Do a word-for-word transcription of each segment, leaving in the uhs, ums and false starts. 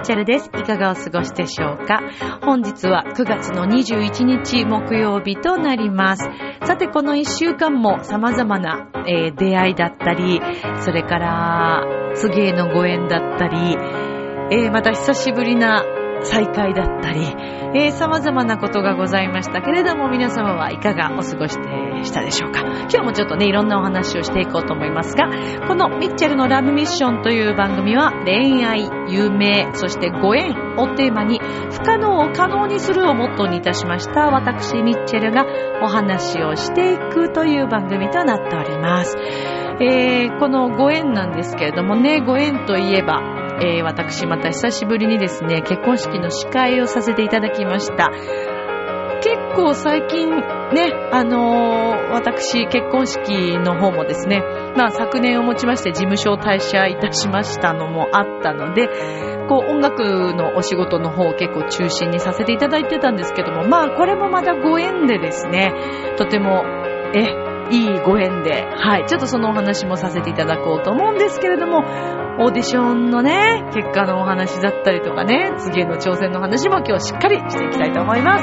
チェルです。いかがお過ごしでしょうか。本日はくがつのにじゅういちにち木曜日となります。さてこのいっしゅうかんも様々な、えー、出会いだったり、それから次へのご縁だったり、えー、また久しぶりな再会だったり、えー、様々なことがございましたけれども、皆様はいかがお過ごしでしたでしょうか。今日もちょっとね、いろんなお話をしていこうと思いますが、このミッチェルのラブミッションという番組は恋愛、夢、そしてご縁をテーマに不可能を可能にするをモットーにいたしました私ミッチェルがお話をしていくという番組となっております。えー、このご縁なんですけれどもね、ご縁といえばえー、私また久しぶりにですね、結婚式の司会をさせていただきました。結構最近ね、あのー、私結婚式の方もですね、まあ昨年をもちまして事務所を退社いたしましたのもあったので、こう音楽のお仕事の方を結構中心にさせていただいてたんですけども、まあこれもまたご縁でですね、とてもえいいご縁で、はい、ちょっとそのお話もさせていただこうと思うんですけれども、オーディションのね、結果のお話だったりとかね、次への挑戦の話も今日しっかりしていきたいと思います。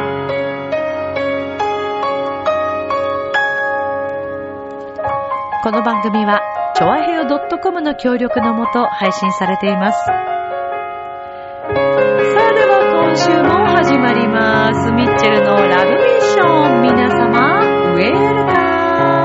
この番組はチョアヘオ .com の協力のもと配信されています。さあでは今週も始まります。ミッチェルのラブミッション、皆様ウェルカム。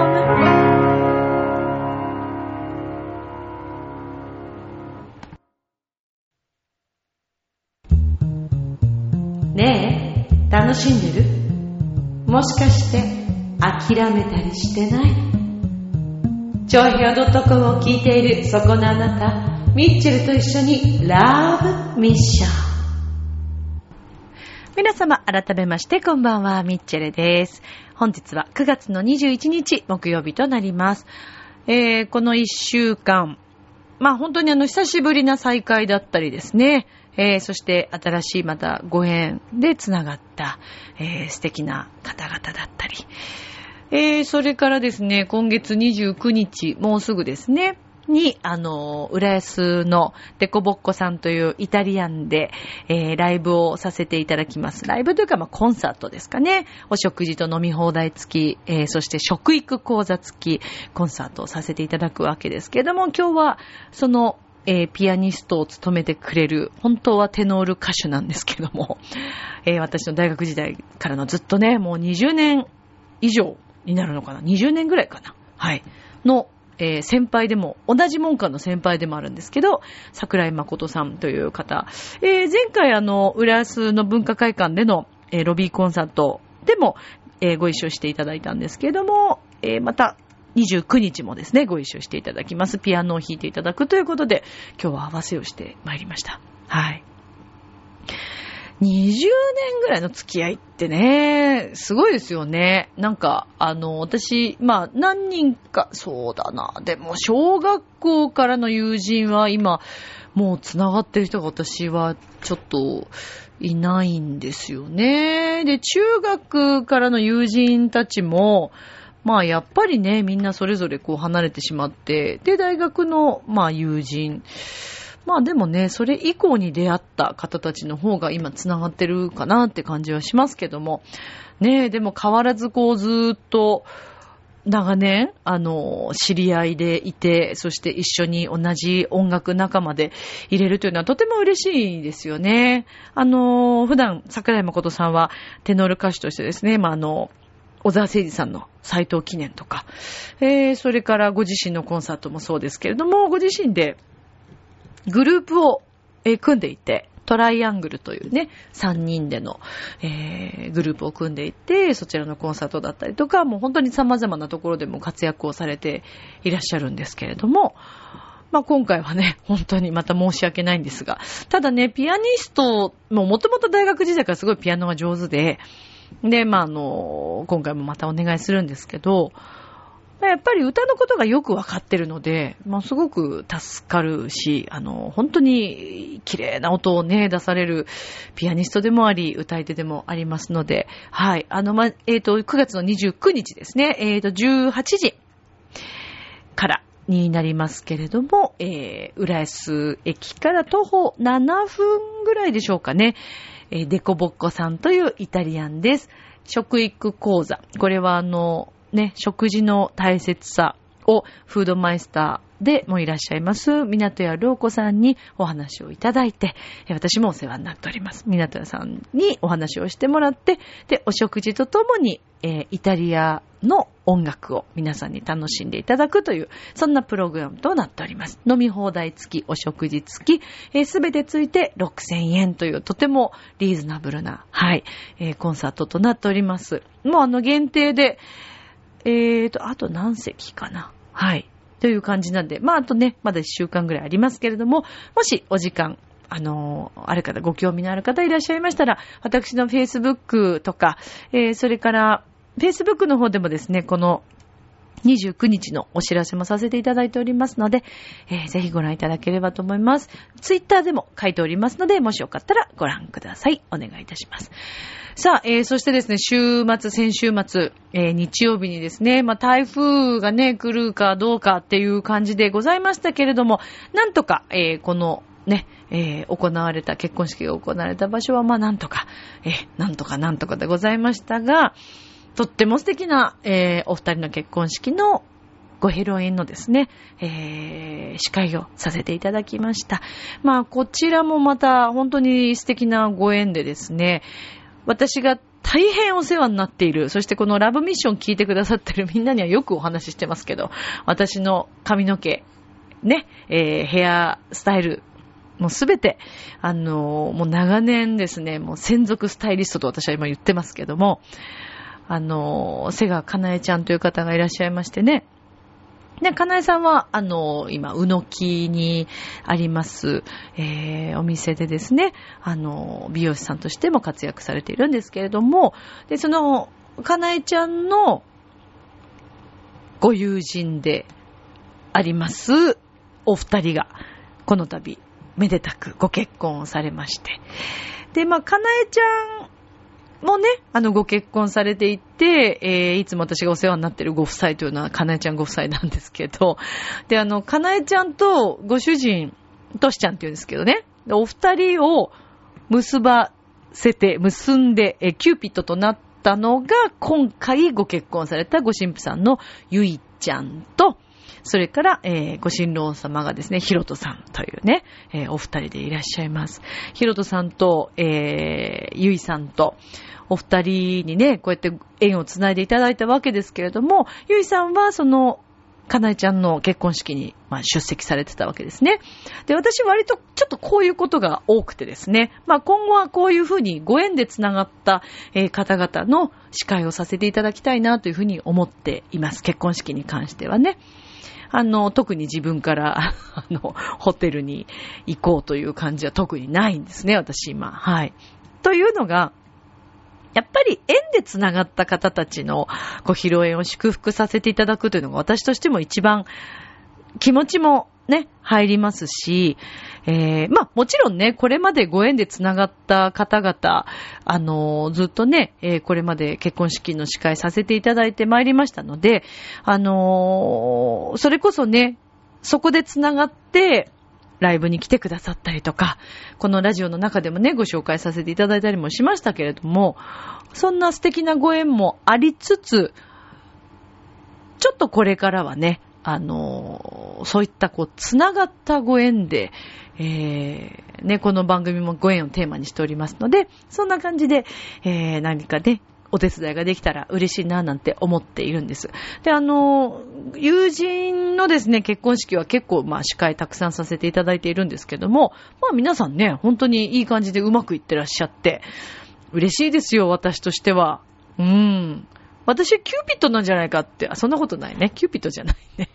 ねえ、楽しんでる？もしかして諦めたりしてない？チョアヘオ .com を聞いているそこのあなた、ミッチェルと一緒にラブミッション。皆様改めましてこんばんは、ミッチェルです。本日はくがつのにじゅういちにち木曜日となります。えー、このいっしゅうかん、まあ本当にあの久しぶりな再会だったりですね、えー、そして新しいまたご縁でつながった、えー、素敵な方々だったり、えー、それからですね、今月にじゅうくにち、もうすぐですね、に、あの、浦安のデコボッコさんというイタリアンで、えー、ライブをさせていただきます。ライブというか、まあ、コンサートですかね。お食事と飲み放題付き、えー、そして食育講座付きコンサートをさせていただくわけですけれども、今日はその、えー、ピアニストを務めてくれる、本当はテノール歌手なんですけども、えー、私の大学時代からのずっとね、もうにじゅうねん以上になるのかな、にじゅうねんぐらいかな、はい、の、えー、先輩でも、同じ門下の先輩でもあるんですけど、桜井誠さんという方、えー、前回あの、浦安の文化会館での、えー、ロビーコンサートでも、えー、ご一緒していただいたんですけれども、えー、また、にじゅうくにちもですね、ご一緒していただきます。ピアノを弾いていただくということで、今日は合わせをしてまいりました。はい。にじゅうねんぐらいの付き合いってね、すごいですよね。なんか、あの、私、まあ、何人か、そうだな。でも、小学校からの友人は今、もう繋がってる人が私はちょっといないんですよね。で、中学からの友人たちも、まあ、やっぱりね、みんなそれぞれこう離れてしまって、で、大学の、まあ、友人、まあでもね、それ以降に出会った方たちの方が今つながってるかなって感じはしますけども。ねえ、でも変わらずこうずーっと長年、あの、知り合いでいて、そして一緒に同じ音楽仲間で入れるというのはとても嬉しいですよね。あの、普段桜井誠さんはテノール歌手としてですね、まああの、小沢誠二さんの斎藤記念とか、えー、それからご自身のコンサートもそうですけれども、ご自身でグループを、えー、組んでいて、トライアングルというね、さんにんでの、えー、グループを組んでいて、そちらのコンサートだったりとか、もう本当に様々なところでも活躍をされていらっしゃるんですけれども、まあ今回はね、本当にまた申し訳ないんですが、ただね、ピアニスト、ももともと大学時代からすごいピアノが上手で、で、まああの、今回もまたお願いするんですけど、やっぱり歌のことがよくわかってるので、まあ、すごく助かるし、あの、本当に綺麗な音をね、出されるピアニストでもあり、歌い手でもありますので、はい、あの、ま、えっと、くがつのにじゅうくにちですね、えっと、じゅうはちじから、 になりますけれども、えー、浦安駅から徒歩ななふんぐらいでしょうかね。えー、デコボッコさんというイタリアンです。食育講座。これはあの、ね、食事の大切さをフードマイスターでもいらっしゃいます港屋陽子さんにお話をいただいて、私もお世話になっております。港屋さんにお話をしてもらって、で、お食事とともに、えー、イタリアの音楽を皆さんに楽しんでいただくという、そんなプログラムとなっております。飲み放題付き、お食事付き、すべてついてろくせんえんというとてもリーズナブルな、はい、えー、コンサートとなっております。もうあの限定で、えーと、あと何席かな。はい。という感じなんで、まああとね、まだいっしゅうかんぐらいありますけれども、もしお時間、あのー、ある方、ご興味のある方いらっしゃいましたら、私の Facebook とか、えー、それから、Facebook の方でもですね、このにじゅうくにちのお知らせもさせていただいておりますので、えー、ぜひご覧いただければと思います。Twitter でも書いておりますので、もしよかったらご覧ください。お願いいたします。さあ、えー、そしてですね、週末、先週末、えー、日曜日にですね、まあ、台風がね、来るかどうかっていう感じでございましたけれども、なんとか、えー、この、ね、えー、行われた、結婚式が行われた場所は、まあ、なんとか、えー、なんとかなんとかでございましたが、とっても素敵な、えー、お二人の結婚式のご披露宴のですね、えー、司会をさせていただきました。まあ、こちらもまた本当に素敵なご縁でですね、私が大変お世話になっている、そしてこのラブミッション聞いてくださってるみんなにはよくお話ししてますけど、私の髪の毛、ね、えー、ヘアスタイル、もうすべて、あのー、もう長年ですね、もう専属スタイリストと私は今言ってますけども、あのー、瀬川かなえちゃんという方がいらっしゃいましてね、で、かなえさんは、あの、今、うのきにあります、えー、お店でですね、あの、美容師さんとしても活躍されているんですけれども、で、その、かなえちゃんのご友人であります、お二人が、この度、めでたくご結婚をされまして。で、まあ、かなえちゃん、もね、あの、ご結婚されていて、えー、いつも私がお世話になっているご夫妻というのは、かなえちゃんご夫妻なんですけど、で、あの、かなえちゃんとご主人、としちゃんって言うんですけどね、お二人を結ばせて、結んで、えー、キューピッドとなったのが、今回ご結婚されたご新婦さんのゆいちゃんと、それから、えー、ご新郎様がですね、ひろとさんというね、えー、お二人でいらっしゃいます。ひろとさんと、えー、ゆいさんと、お二人にね、こうやって縁をつないでいただいたわけですけれども、ゆいさんはその、かなえちゃんの結婚式に、まあ、出席されてたわけですね。で、私割とちょっとこういうことが多くてですね、まあ、今後はこういうふうにご縁でつながった、えー、方々の司会をさせていただきたいなというふうに思っています。結婚式に関してはね。あの、特に自分から、あの、ホテルに行こうという感じは特にないんですね、私今。はい。というのが、やっぱり縁でつながった方たちのご披露宴を祝福させていただくというのが私としても一番気持ちもね、入りますし、えー、まあもちろんね、これまでご縁でつながった方々、あのー、ずっとね、えー、これまで結婚式の司会させていただいてまいりましたので、あのー、それこそね、そこでつながって、ライブに来てくださったりとか、このラジオの中でもね、ご紹介させていただいたりもしましたけれども、そんな素敵なご縁もありつつ、ちょっとこれからはね、あの、そういったこう、つながったご縁で、えー、ね、この番組もご縁をテーマにしておりますので、そんな感じで、えー、何かね、お手伝いができたら嬉しいななんて思っているんです。で、あの、友人のですね、結婚式は結構、まあ、司会たくさんさせていただいているんですけども、まあ、皆さんね、本当にいい感じでうまくいってらっしゃって、嬉しいですよ、私としては。うん。私はキューピッドなんじゃないかって、あ、そんなことないね。キューピッドじゃないね。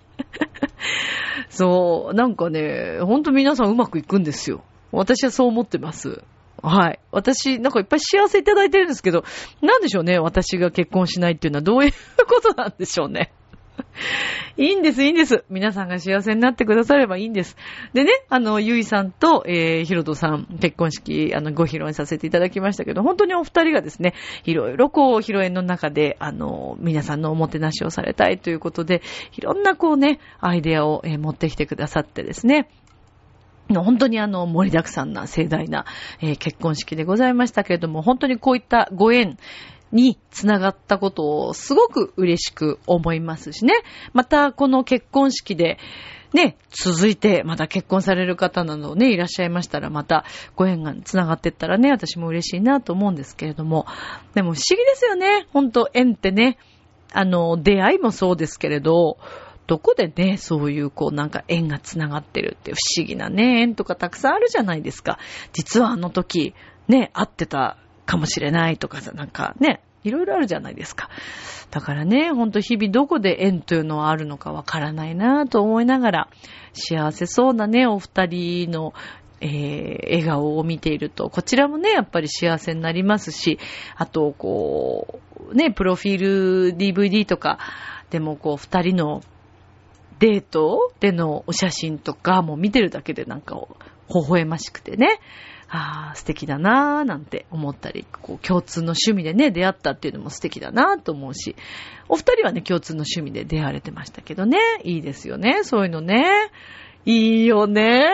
そう、なんかね、本当皆さんうまくいくんですよ。私はそう思ってます。はい。私、なんかいっぱい幸せいただいてるんですけど、なんでしょうね、私が結婚しないっていうのはどういうことなんでしょうね。 いいんです、いいんです。皆さんが幸せになってくださればいいんです。でね、あの、ゆいさんと、えー、ひろとさん、結婚式、あの、ご披露させていただきましたけど、本当にお二人がですね、いろいろこう、披露宴の中で、あの、皆さんのおもてなしをされたいということで、いろんなこうね、アイデアを、えー、持ってきてくださってですね、本当にあの、盛りだくさんな盛大な、えー、結婚式でございましたけれども、本当にこういったご縁、につながったことをすごく嬉しく思いますしね。またこの結婚式でね、続いてまた結婚される方などね、いらっしゃいましたらまたご縁がつながっていったらね、私も嬉しいなと思うんですけれども。でも不思議ですよね。本当縁ってね、あの、出会いもそうですけれど、どこでね、そういうこうなんか縁がつながってるって不思議なね、縁とかたくさんあるじゃないですか。実はあの時ね、会ってたかもしれないとかさ、なんかね、いろいろあるじゃないですか。だからね、ほんと日々どこで縁というのはあるのかわからないなと思いながら、幸せそうなね、お二人の、えー、笑顔を見ていると、こちらもね、やっぱり幸せになりますし、あと、こう、ね、プロフィール ディーブイディー とか、でもこう、二人のデートでのお写真とかも見てるだけでなんか、微笑ましくてね、ああ、素敵だなーなんて思ったり、こう共通の趣味でね、出会ったっていうのも素敵だなと思うし、お二人はね、共通の趣味で出会われてましたけどね、いいですよね、そういうのね。いいよね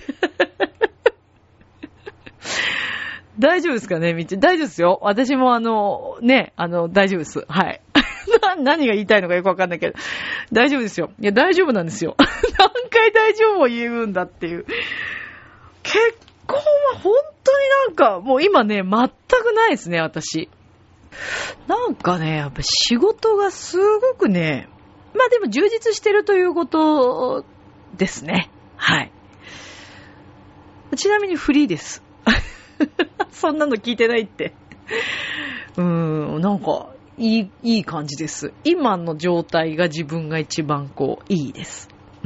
大丈夫ですかね、みち。大丈夫ですよ。私もあの、ね、あの、大丈夫です。はい。何が言いたいのかよくわかんないけど、大丈夫ですよ。いや、大丈夫なんですよ。何回大丈夫を言うんだっていう。結結婚は本当になんか、もう今ね、全くないですね、私。なんかね、やっぱ仕事がすごくね、まあでも充実してるということですね。はい。ちなみにフリーです。そんなの聞いてないって。うーん、なんか、いい、いい感じです。今の状態が自分が一番こう、いいです。うん。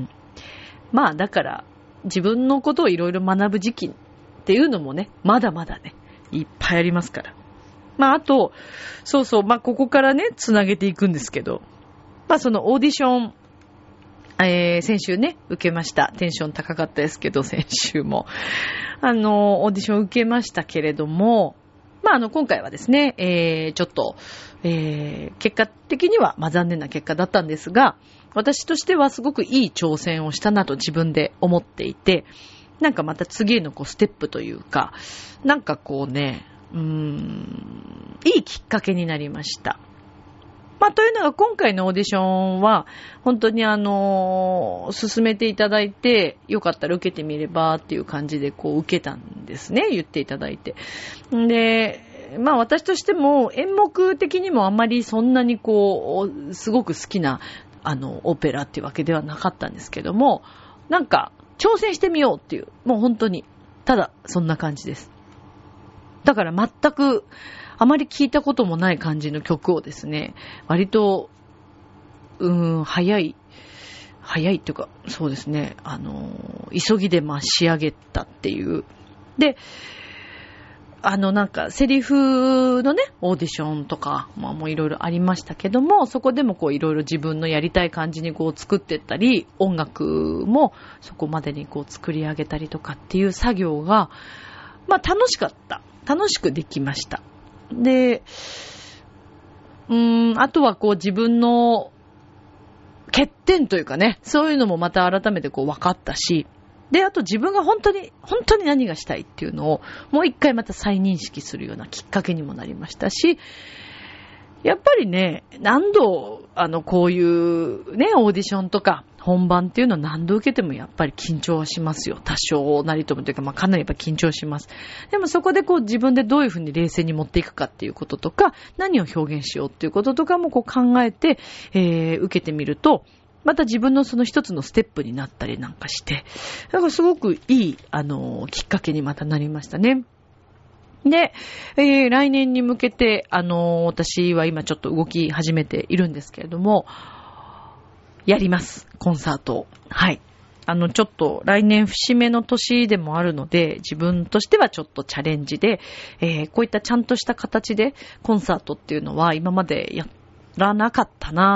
まあだから、自分のことをいろいろ学ぶ時期っていうのもね、まだまだね、いっぱいありますから。まああと、そうそう、まあここからね、つなげていくんですけど、まあそのオーディション、えー、先週ね、受けました。テンション高かったですけど、先週も。あの、オーディション受けましたけれども、まああの、今回はですね、えー、ちょっと、えー、結果的には、まあ残念な結果だったんですが、私としてはすごくいい挑戦をしたなと自分で思っていて、なんかまた次へのこうステップというか、なんかこうね、うーん、いいきっかけになりました。まあというのが今回のオーディションは、本当にあの、進めていただいて、よかったら受けてみればっていう感じでこう受けたんですね、言っていただいて。で、まあ私としても演目的にもあまりそんなにこう、すごく好きなあの、オペラっていうわけではなかったんですけども、なんか、挑戦してみようっていう、もう本当に、ただ、そんな感じです。だから全く、あまり聞いたこともない感じの曲をですね、割と、うーん、早い、早いっていうか、そうですね、あの、急ぎでまあ仕上げたっていう。で、あのなんかセリフのねオーディションとかまあもういろいろありましたけども、そこでもこういろいろ自分のやりたい感じにこう作っていったり、音楽もそこまでにこう作り上げたりとかっていう作業がまあ楽しかった、楽しくできました。で、うーんあとはこう自分の欠点というかね、そういうのもまた改めてこう分かったし、で、あと自分が本当に、本当に何がしたいっていうのをもう一回また再認識するようなきっかけにもなりましたし、やっぱりね、何度、あの、こういうね、オーディションとか本番っていうのは何度受けてもやっぱり緊張はしますよ。多少なりともというか、まあかなりやっぱ緊張します。でもそこでこう自分でどういうふうに冷静に持っていくかっていうこととか、何を表現しようっていうこととかもこう考えて、えー、受けてみると、また自分のその一つのステップになったりなんかして、だからすごくいい、あの、きっかけにまたなりましたね。で、えー、来年に向けて、あの、私は今ちょっと動き始めているんですけれども、やります、コンサートを。はい。あの、ちょっと来年節目の年でもあるので、自分としてはちょっとチャレンジで、えー、こういったちゃんとした形でコンサートっていうのは今までやらなかったなぁと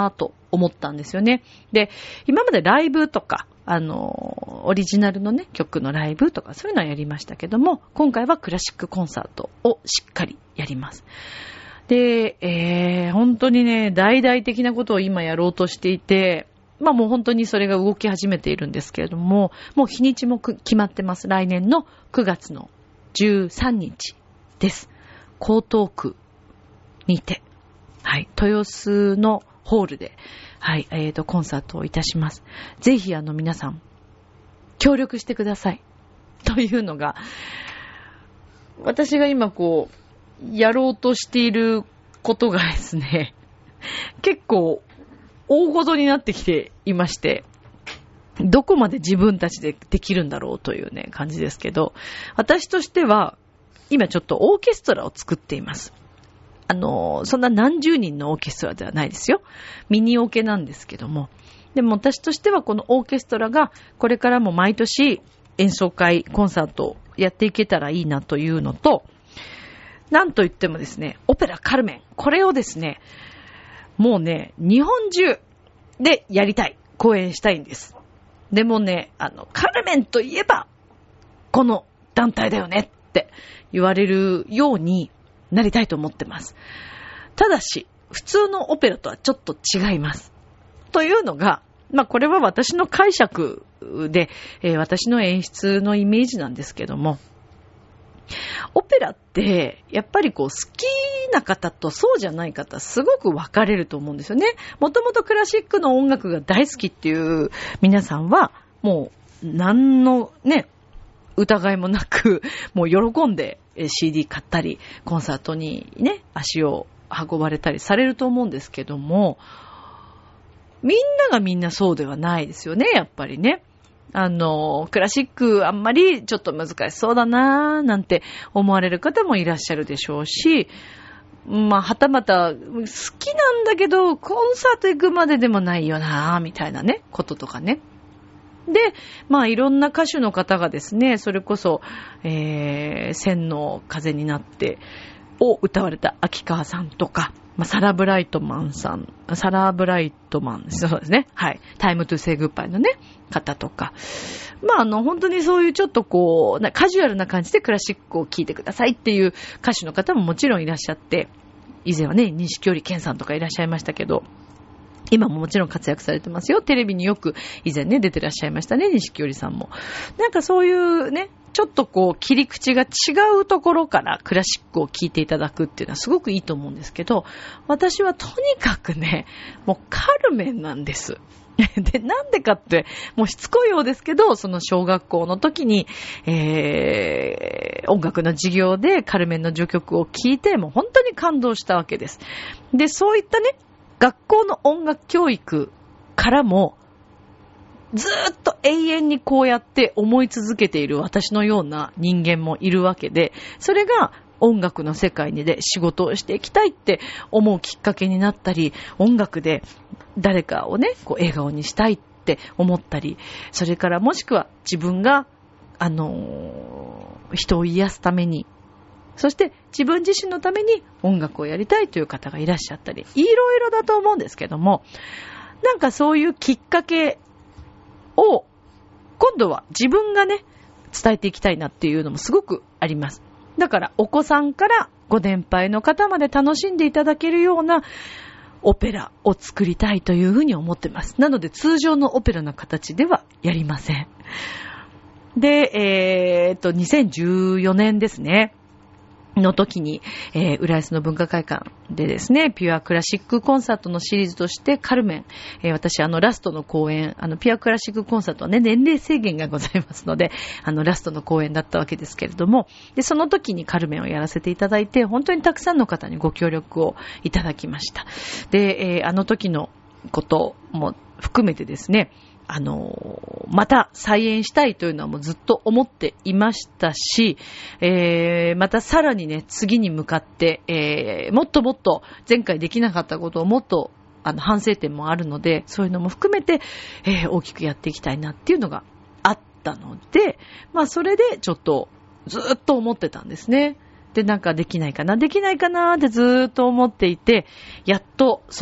思ったんですよね。で、今までライブとか、あの、オリジナルのね、曲のライブとかそういうのはやりましたけども、今回はクラシックコンサートをしっかりやります。で、えー、本当にね、大々的なことを今やろうとしていて、まあもう本当にそれが動き始めているんですけれども、もう日にちも決まってます。来年のくがつのじゅうさんにちです。江東区にて、はい、豊洲のホールで、はい、えーと、コンサートをいたします。ぜひあの皆さん、協力してください。というのが、私が今こう、やろうとしていることがですね、結構大事になってきていまして、どこまで自分たちでできるんだろうというね、感じですけど、私としては、今ちょっとオーケストラを作っています。あの、そんな何十人のオーケストラではないですよ。ミニオケなんですけども。でも私としてはこのオーケストラがこれからも毎年演奏会、コンサートをやっていけたらいいなというのと、なんといってもですね、オペラカルメン。これをですね、もうね、日本中でやりたい。公演したいんです。でもね、あの、カルメンといえば、この団体だよねって言われるようになりたいと思ってます。ただし、普通のオペラとはちょっと違います。というのが、まあこれは私の解釈で、えー、私の演出のイメージなんですけども、オペラってやっぱりこう好きな方とそうじゃない方すごく分かれると思うんですよね。もともとクラシックの音楽が大好きっていう皆さんはもう何のね疑いもなくもう喜んで シーディー 買ったりコンサートにね足を運ばれたりされると思うんですけども、みんながみんなそうではないですよね、やっぱりね。あの、クラシックあんまりちょっと難しそうだなーなんて思われる方もいらっしゃるでしょうし、まあ、はたまた好きなんだけどコンサート行くまででもないよなーみたいなね、こととかね。で、まあいろんな歌手の方がですね、それこそ、えー、千の風になってを歌われた秋川さんとか、まあ、サラ・ブライトマンさん、サラ・ブライトマン、そうですね。はい。タイムトゥセイグッバイのね、方とか。まあ、あの、本当にそういうちょっとこう、カジュアルな感じでクラシックを聴いてくださいっていう歌手の方ももちろんいらっしゃって、以前はね、錦織健さんとかいらっしゃいましたけど、今ももちろん活躍されてますよ。テレビによく以前ね、出てらっしゃいましたね、錦織さんも。なんかそういうね、ちょっとこう切り口が違うところからクラシックを聴いていただくっていうのはすごくいいと思うんですけど、私はとにかくね、もうカルメンなんです。で、なんでかって、もうしつこいようですけど、その小学校の時に、えー、音楽の授業でカルメンの序曲を聴いて、もう本当に感動したわけです。で、そういったね、学校の音楽教育からも、ずーっと永遠にこうやって思い続けている私のような人間もいるわけで、それが音楽の世界にで仕事をしていきたいって思うきっかけになったり、音楽で誰かをね、こう笑顔にしたいって思ったり、それからもしくは自分が、あのー、人を癒すために、そして自分自身のために音楽をやりたいという方がいらっしゃったり、いろいろだと思うんですけども、なんかそういうきっかけを今度は自分がね伝えていきたいなっていうのもすごくあります。だからお子さんからご年配の方まで楽しんでいただけるようなオペラを作りたいというふうに思ってます。なので通常のオペラの形ではやりません。で、えー、っとにせんじゅうよねんですねの時に、えー、浦安の文化会館でですね、ピュアクラシックコンサートのシリーズとしてカルメン、えー、私あのラストの公演、あのピュアクラシックコンサートはね、年齢制限がございますので、あのラストの公演だったわけですけれども、で、その時にカルメンをやらせていただいて、本当にたくさんの方にご協力をいただきました。で、えー、あの時のことも含めてですね、あの、また再演したいというのはもうずっと思っていましたし、えー、またさらにね、次に向かって、えー、もっともっと前回できなかったことをもっとあの反省点もあるので、そういうのも含めて、えー、大きくやっていきたいなっていうのがあったので、まあそれでちょっとずっと思ってたんですね。で、なんかできないかな、できないかなってずっと思っていて、やっとその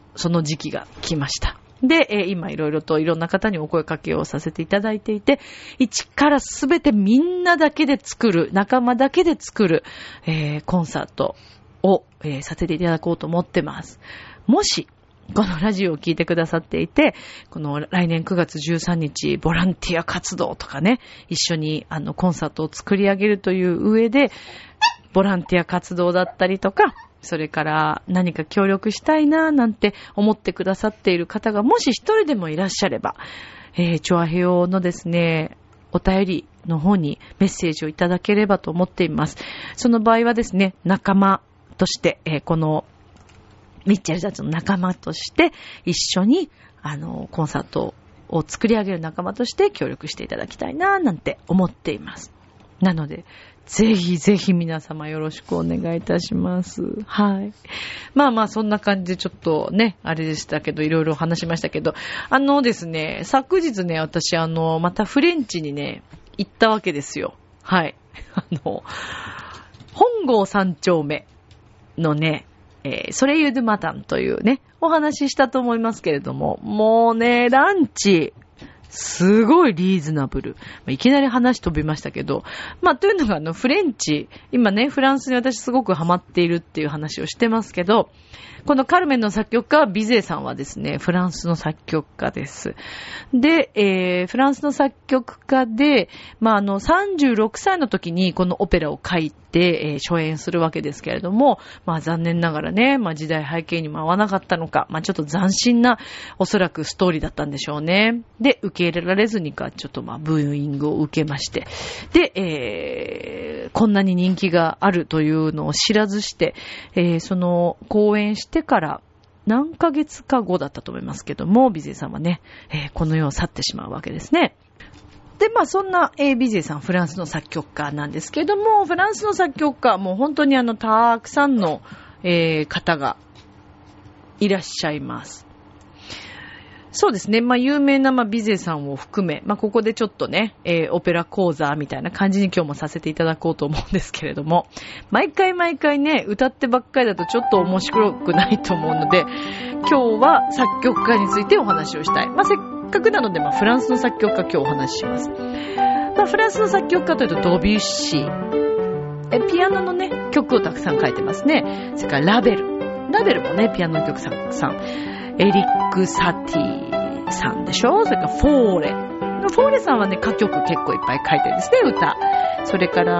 その時期が来ました。で、えー、今いろいろといろんな方にお声掛けをさせていただいていて、一からすべてみんなだけで作る、仲間だけで作る、えー、コンサートを、えー、させていただこうと思ってます。もし、このラジオを聞いてくださっていて、この来年くがつじゅうさんにち、ボランティア活動とかね、一緒にあのコンサートを作り上げるという上で、ボランティア活動だったりとか、それから何か協力したいななんて思ってくださっている方がもし一人でもいらっしゃれば、えー、チョアヘヨのですね、お便りの方にメッセージをいただければと思っています。その場合はですね、仲間として、えー、このミッチェルたちの仲間として一緒にあのコンサートを作り上げる仲間として協力していただきたいななんて思っています。なのでぜひぜひ皆様よろしくお願いいたします。はい。まあまあそんな感じでちょっとね、あれでしたけど、いろいろ話しましたけど、あのですね、昨日ね、私あの、またフレンチにね、行ったわけですよ。はい。あの、本郷三丁目のね、えー、ソレイユ・ドゥ・マタンというね、お話ししたと思いますけれども、もうね、ランチ、すごいリーズナブル。いきなり話飛びましたけど、まあというのがあのフレンチ、今ねフランスに私すごくハマっているっていう話をしてますけど、このカルメンの作曲家ビゼさんはですね、フランスの作曲家です。で、えー、フランスの作曲家で、まああのさんじゅうろくさいの時にこのオペラを書いて、えー、初演するわけですけれども、まあ残念ながらね、まあ時代背景にも合わなかったのか、まあちょっと斬新なおそらくストーリーだったんでしょうね。で、受け入れられずにか、ちょっとまあブーイングを受けまして、で、えー、こんなに人気があるというのを知らずして、えー、その公演してから何ヶ月か後だったと思いますけども、ビゼさんはね、えー、この世を去ってしまうわけですね。で、まあそんな、えー、ビゼさん、フランスの作曲家なんですけども、フランスの作曲家、もう本当にあの、たくさんの、えー、方がいらっしゃいます。そうですね。まあ、有名な、まあ、ビゼさんを含め、まあ、ここでちょっとね、えー、オペラ講座みたいな感じに今日もさせていただこうと思うんですけれども、毎回毎回ね、歌ってばっかりだとちょっと面白くないと思うので、今日は作曲家についてお話をしたい。まあ、せっかくなので、まあ、フランスの作曲家今日お話しします。まあ、フランスの作曲家というとドビュッシー。え、ピアノのね、曲をたくさん書いてますね。それからラベル。ラベルもね、ピアノの曲たくさん。エリック・サティさんでしょ。それからフォーレ。フォーレさんはね、歌曲結構いっぱい書いてるんですね、歌。それから、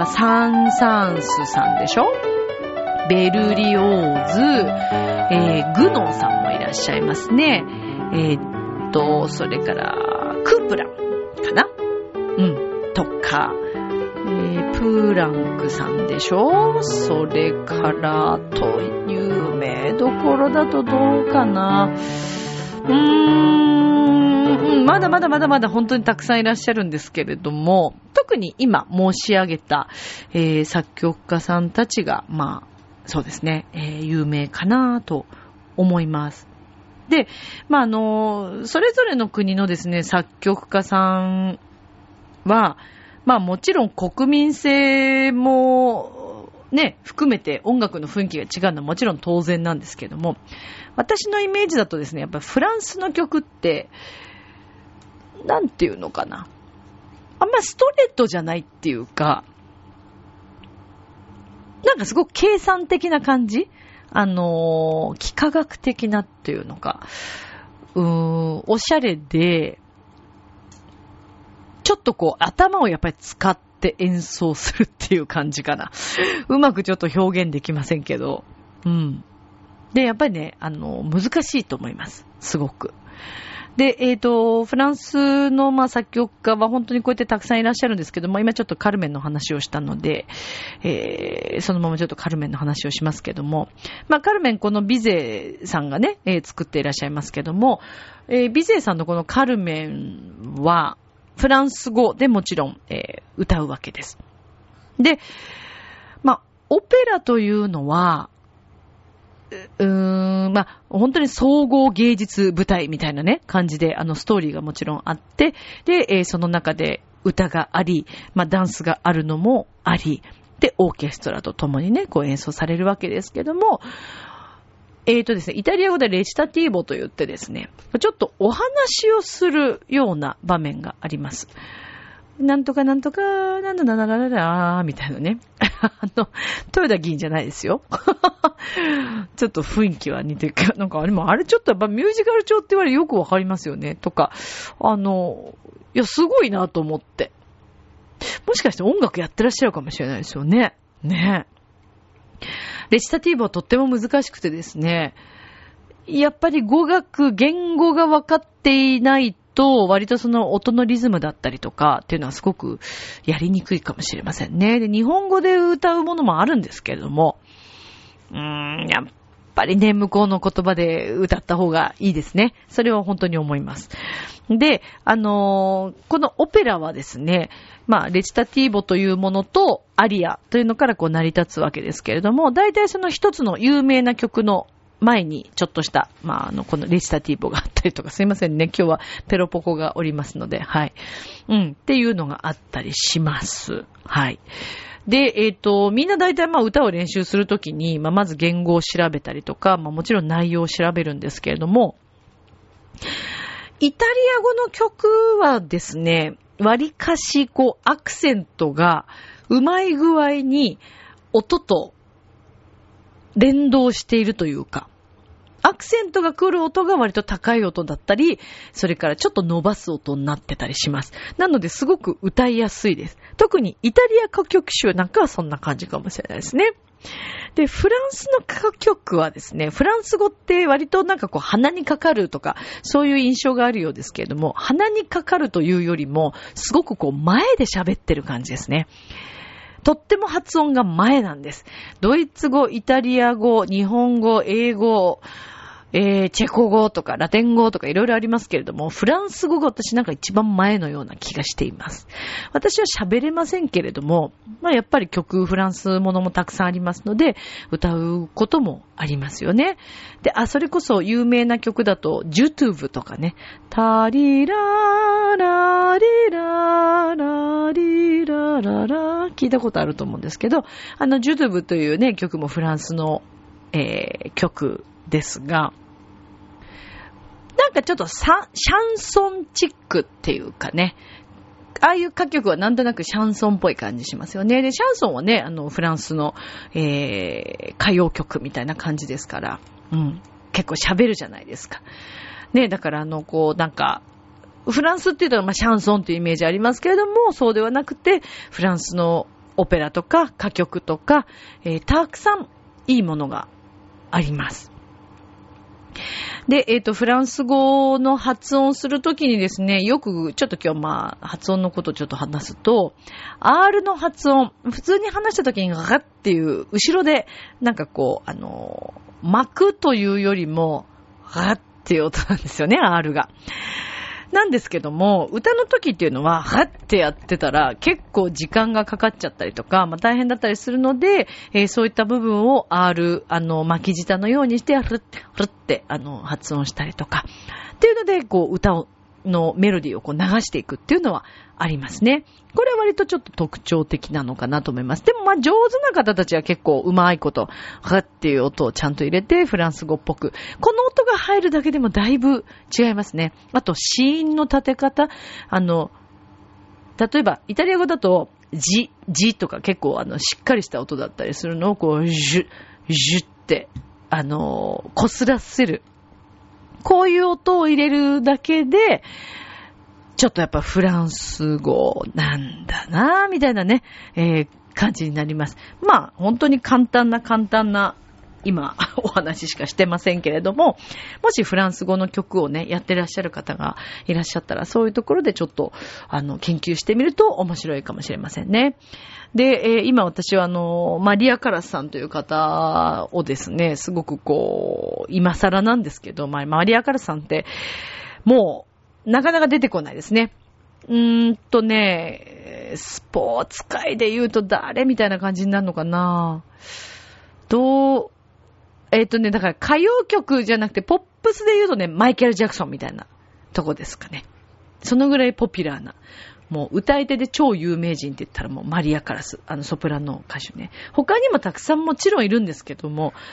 サン・サンスさんでしょ。ベルリオーズ、えー、グノンさんもいらっしゃいますね。えー、っと、それから、クープランかな。うん、とか、えー、プーランクさんでしょ。それから、と有名どころだとどうかな。うーん、まだまだまだまだ本当にたくさんいらっしゃるんですけれども、特に今申し上げた、えー、作曲家さんたちが、まあ、そうですね、えー、有名かなと思います。で、まあ、あの、それぞれの国のですね、作曲家さんは、まあもちろん国民性もね、含めて音楽の雰囲気が違うのはもちろん当然なんですけども、私のイメージだとですね、やっぱりフランスの曲って、なんていうのかな。あんまストレートじゃないっていうか、なんかすごく計算的な感じ？あのー、幾何学的なっていうのか、うーん、おしゃれで、ちょっとこう頭をやっぱり使って演奏するっていう感じかな。うまくちょっと表現できませんけど。うん。で、やっぱりね、あの、難しいと思います。すごく。で、えっと、フランスの、まあ、作曲家は本当にこうやってたくさんいらっしゃるんですけども、今ちょっとカルメンの話をしたので、えー、そのままちょっとカルメンの話をしますけども、まあ、カルメンこのビゼさんがね、えー、作っていらっしゃいますけども、えー、ビゼさんのこのカルメンは、フランス語でもちろん、えー、歌うわけです。で、まあ、オペラというのは、うーん、まあ、本当に総合芸術舞台みたいなね、感じで、あの、ストーリーがもちろんあって、で、えー、その中で歌があり、まあ、ダンスがあるのもあり、で、オーケストラと共にね、こう演奏されるわけですけども、 えーとですね、イタリア語でレチタティーボと言ってですね、ちょっとお話をするような場面があります。なんとかなんとか、なんだなららららーみたいなね。あの、豊田議員じゃないですよ。ちょっと雰囲気は似てるけど、なんかあれも、あれちょっとやっぱミュージカル調って言われてよくわかりますよね。とか、あの、いや、すごいなと思って。もしかして音楽やってらっしゃるかもしれないですよね。ね。レチタティーボはとっても難しくてですね、やっぱり語学、言語が分かっていないと、割とその音のリズムだったりとかっていうのはすごくやりにくいかもしれませんね。で、日本語で歌うものもあるんですけれども、うーん、やっぱりね、向こうの言葉で歌った方がいいですね。それは本当に思います。で、あのー、このオペラはですね、まあ、レチタティーボというものとアリアというのからこう成り立つわけですけれども、大体その一つの有名な曲の前にちょっとした、まあ、あの、このレチタティーボがあったりとか、すいませんね、今日はペロポコがおりますので、はい。うん、っていうのがあったりします。はい。で、えっと、みんな大体まあ歌を練習するときに、まあ、まず言語を調べたりとか、まあもちろん内容を調べるんですけれども、イタリア語の曲はですね、割かしこうアクセントがうまい具合に音と連動しているというか、アクセントが来る音が割と高い音だったり、それからちょっと伸ばす音になってたりします。なのですごく歌いやすいです。特にイタリア歌曲集なんかはそんな感じかもしれないですね。で、フランスの歌曲はですね、フランス語って割となんかこう鼻にかかるとか、そういう印象があるようですけれども、鼻にかかるというよりも、すごくこう前で喋ってる感じですね。とっても発音が前なんです。ドイツ語、イタリア語、日本語、英語、えー、チェコ語とかラテン語とかいろいろありますけれども、フランス語が私なんか一番前のような気がしています。私は喋れませんけれども、まあやっぱり曲、フランスものもたくさんありますので、歌うこともありますよね。で、あ、それこそ有名な曲だと、ジュトゥーブとかね、タリラーラリラーラリラララ聞いたことあると思うんですけど、あの、ジュトゥーブというね、曲もフランスの、えー、曲ですが、なんかちょっとサシャンソンチックっていうかね、ああいう歌曲はなんとなくシャンソンっぽい感じしますよね。で、シャンソンはね、あの、フランスの、えー、歌謡曲みたいな感じですから、うん、結構喋るじゃないですか。ね、だからあの、こう、なんか、フランスっていうと、まあ、シャンソンっていうイメージありますけれども、そうではなくて、フランスのオペラとか歌曲とか、えー、たくさんいいものがあります。で、えっと、フランス語の発音するときにですね、よく、ちょっと今日まあ、発音のことをちょっと話すと、R の発音、普通に話したときにガガっていう、後ろで、なんかこう、あの、巻くというよりも、ガガっていう音なんですよね、R が。なんですけども、歌の時っていうのは、はってやってたら、結構時間がかかっちゃったりとか、まあ大変だったりするので、えー、そういった部分を R、あの、巻き舌のようにして、ふるって、ふるって、あの、発音したりとか、っていうので、こう、歌を、のメロディーをこう流していくっていうのはありますね。これは割とちょっと特徴的なのかなと思います。でもまあ上手な方たちは結構うまいこと、はっていう音をちゃんと入れてフランス語っぽく。この音が入るだけでもだいぶ違いますね。あと、子音の立て方。あの、例えばイタリア語だと、ジ、ジとか結構あの、しっかりした音だったりするのをこう、ジュ、ジュって、あの、こすらせる。こういう音を入れるだけで、ちょっとやっぱフランス語なんだなぁ、みたいなね、えー、感じになります。まあ、本当に簡単な簡単な、今、お話しかしてませんけれども、もしフランス語の曲をね、やってらっしゃる方がいらっしゃったら、そういうところでちょっと、あの、研究してみると面白いかもしれませんね。で、えー、今私はあの、マリア・カラスさんという方をですね、すごくこう、今更なんですけど、まあ、マリア・カラスさんって、もう、なかなか出てこないですね。うーんとね、スポーツ界で言うと誰みたいな感じになるのかな。どう、えっとね、だから歌謡曲じゃなくてポップスで言うとね、マイケル・ジャクソンみたいなとこですかね。そのぐらいポピュラーな。もう歌い手で超有名人って言ったらもうマリア・カラス、あのソプラノ歌手ね。他にもたくさんもちろんいるんですけども、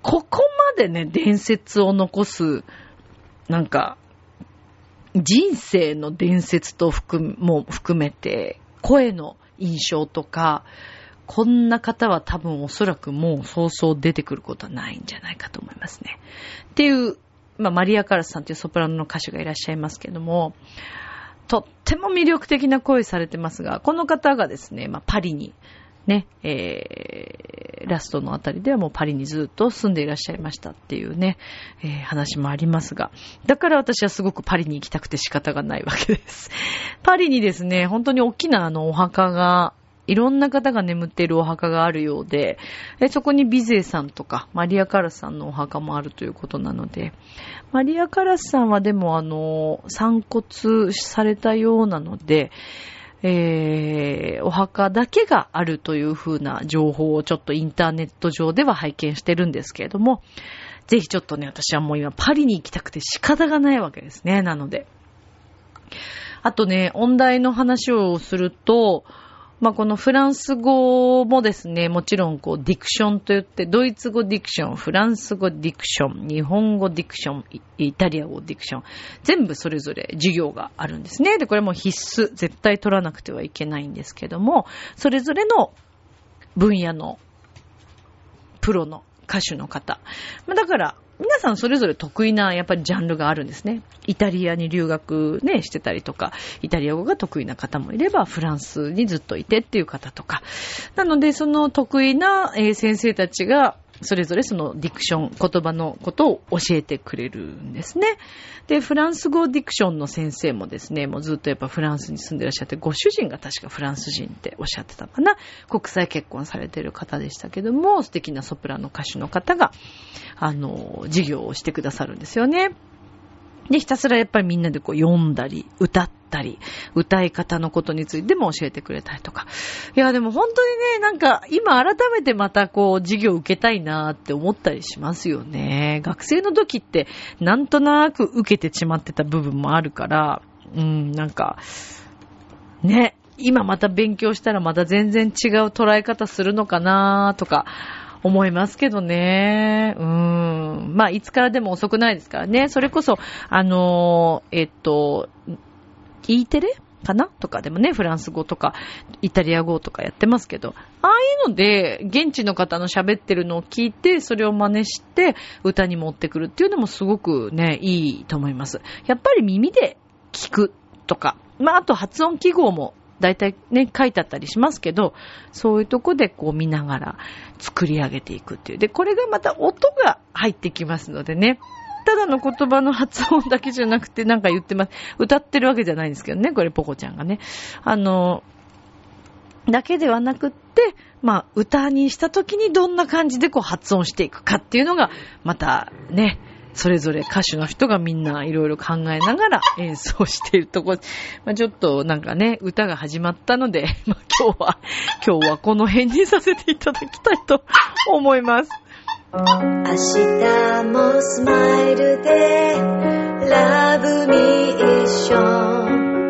ここまでね、伝説を残す、なんか、人生の伝説と含も含めて、声の印象とか、こんな方は多分おそらくもうそうそう出てくることはないんじゃないかと思いますね。っていう、まあ、マリア・カラスさんというソプラノの歌手がいらっしゃいますけども、とっても魅力的な声されてますが、この方がですね、まあ、パリに、ね、えー、ラストのあたりではもうパリにずっと住んでいらっしゃいましたっていうね、えー、話もありますが、だから私はすごくパリに行きたくて仕方がないわけです。パリにですね、本当に大きなあのお墓が、いろんな方が眠っているお墓があるようで、えそこにビゼーさんとかマリア・カラスさんのお墓もあるということなので、マリア・カラスさんはでもあの散骨されたようなので、えー、お墓だけがあるという風な情報をちょっとインターネット上では拝見してるんですけれども、ぜひちょっとね、私はもう今パリに行きたくて仕方がないわけですね。なので。あとね、音大の話をすると、まあ、このフランス語もですね、もちろんこうディクションといって、ドイツ語ディクション、フランス語ディクション、日本語ディクション、イタリア語ディクション、全部それぞれ授業があるんですね。で、これも必須、絶対取らなくてはいけないんですけども、それぞれの分野のプロの歌手の方。まあ、だから、皆さんそれぞれ得意なやっぱりジャンルがあるんですね。イタリアに留学ねしてたりとか、イタリア語が得意な方もいれば、フランスにずっといてっていう方とか。なのでその得意な先生たちがそれぞれそのディクション、言葉のことを教えてくれるんですね。で、フランス語ディクションの先生もですね、もうずっとやっぱフランスに住んでいらっしゃって、ご主人が確かフランス人っておっしゃってたかな。国際結婚されている方でしたけども、素敵なソプラノ歌手の方が、あの、授業をしてくださるんですよね。で、ひたすらやっぱりみんなでこう読んだり、歌ったり、歌い方のことについても教えてくれたりとか。いや、でも本当にね、なんか今改めてまたこう授業を受けたいなって思ったりしますよね。学生の時ってなんとなく受けてしまってた部分もあるから、うん、なんか、ね、今また勉強したらまた全然違う捉え方するのかなとか、思いますけどね。うーん。まあ、いつからでも遅くないですからね。それこそ、あのー、えっと、E テレかなとかでもね、フランス語とか、イタリア語とかやってますけど、ああいうので、現地の方の喋ってるのを聞いて、それを真似して、歌に持ってくるっていうのもすごくね、いいと思います。やっぱり耳で聞くとか、まあ、あと発音記号も、だいたいね、書いてあったりしますけど、そういうとこでこう見ながら作り上げていくっていう。で、これがまた音が入ってきますのでね。ただの言葉の発音だけじゃなくてなんか言ってます。歌ってるわけじゃないんですけどね、これポコちゃんがね。あの、だけではなくって、まあ、歌にした時にどんな感じでこう発音していくかっていうのが、またね、それぞれ歌手の人がみんないろいろ考えながら演奏しているところ、まあ、ちょっとなんかね、歌が始まったので、まあ、今日は、今日はこの辺にさせていただきたいと思います。 明日もスマイルでラブミッション、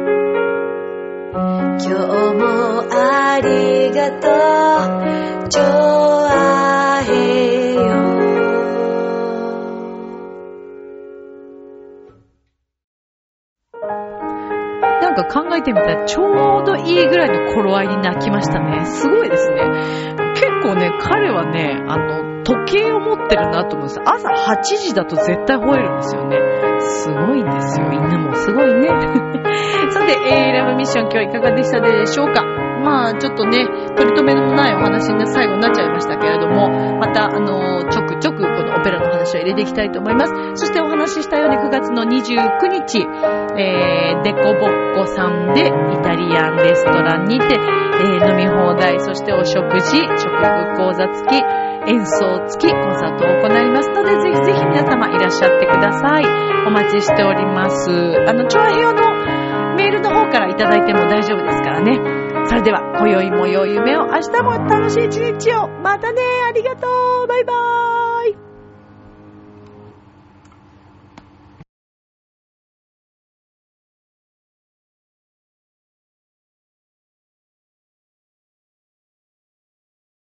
今日もありがとう、ジョアヘヨ。 なんか考えてみたらちょうどいいぐらいの頃合いに泣きましたね。すごいですね。結構ね、彼はね、あの、時計を持ってるなと思うんです。朝はちじだと絶対吠えるんですよね。すごいんですよ。犬もすごいね。さて、えー、ラブミッション今日はいかがでしたでしょうか。まあ、ちょっとね、取り留めのないお話に最後になっちゃいましたけれども、また、あのー、ちょくちょくこのオペラの話を入れていきたいと思います。そしてお話ししたようにくがつのにじゅうくにち、えー、デコボッコさんでイタリアンレストランにて、えー、飲み放題、そしてお食事、食育講座付き、演奏付きコンサートを行いますので、ぜひぜひ皆様いらっしゃってください。お待ちしております。あの、チョアヘヨのメールの方からいただいても大丈夫ですからね。それでは、今宵も良い夢を、明日も楽しい一日を。またね、ありがとう。バイバーイ。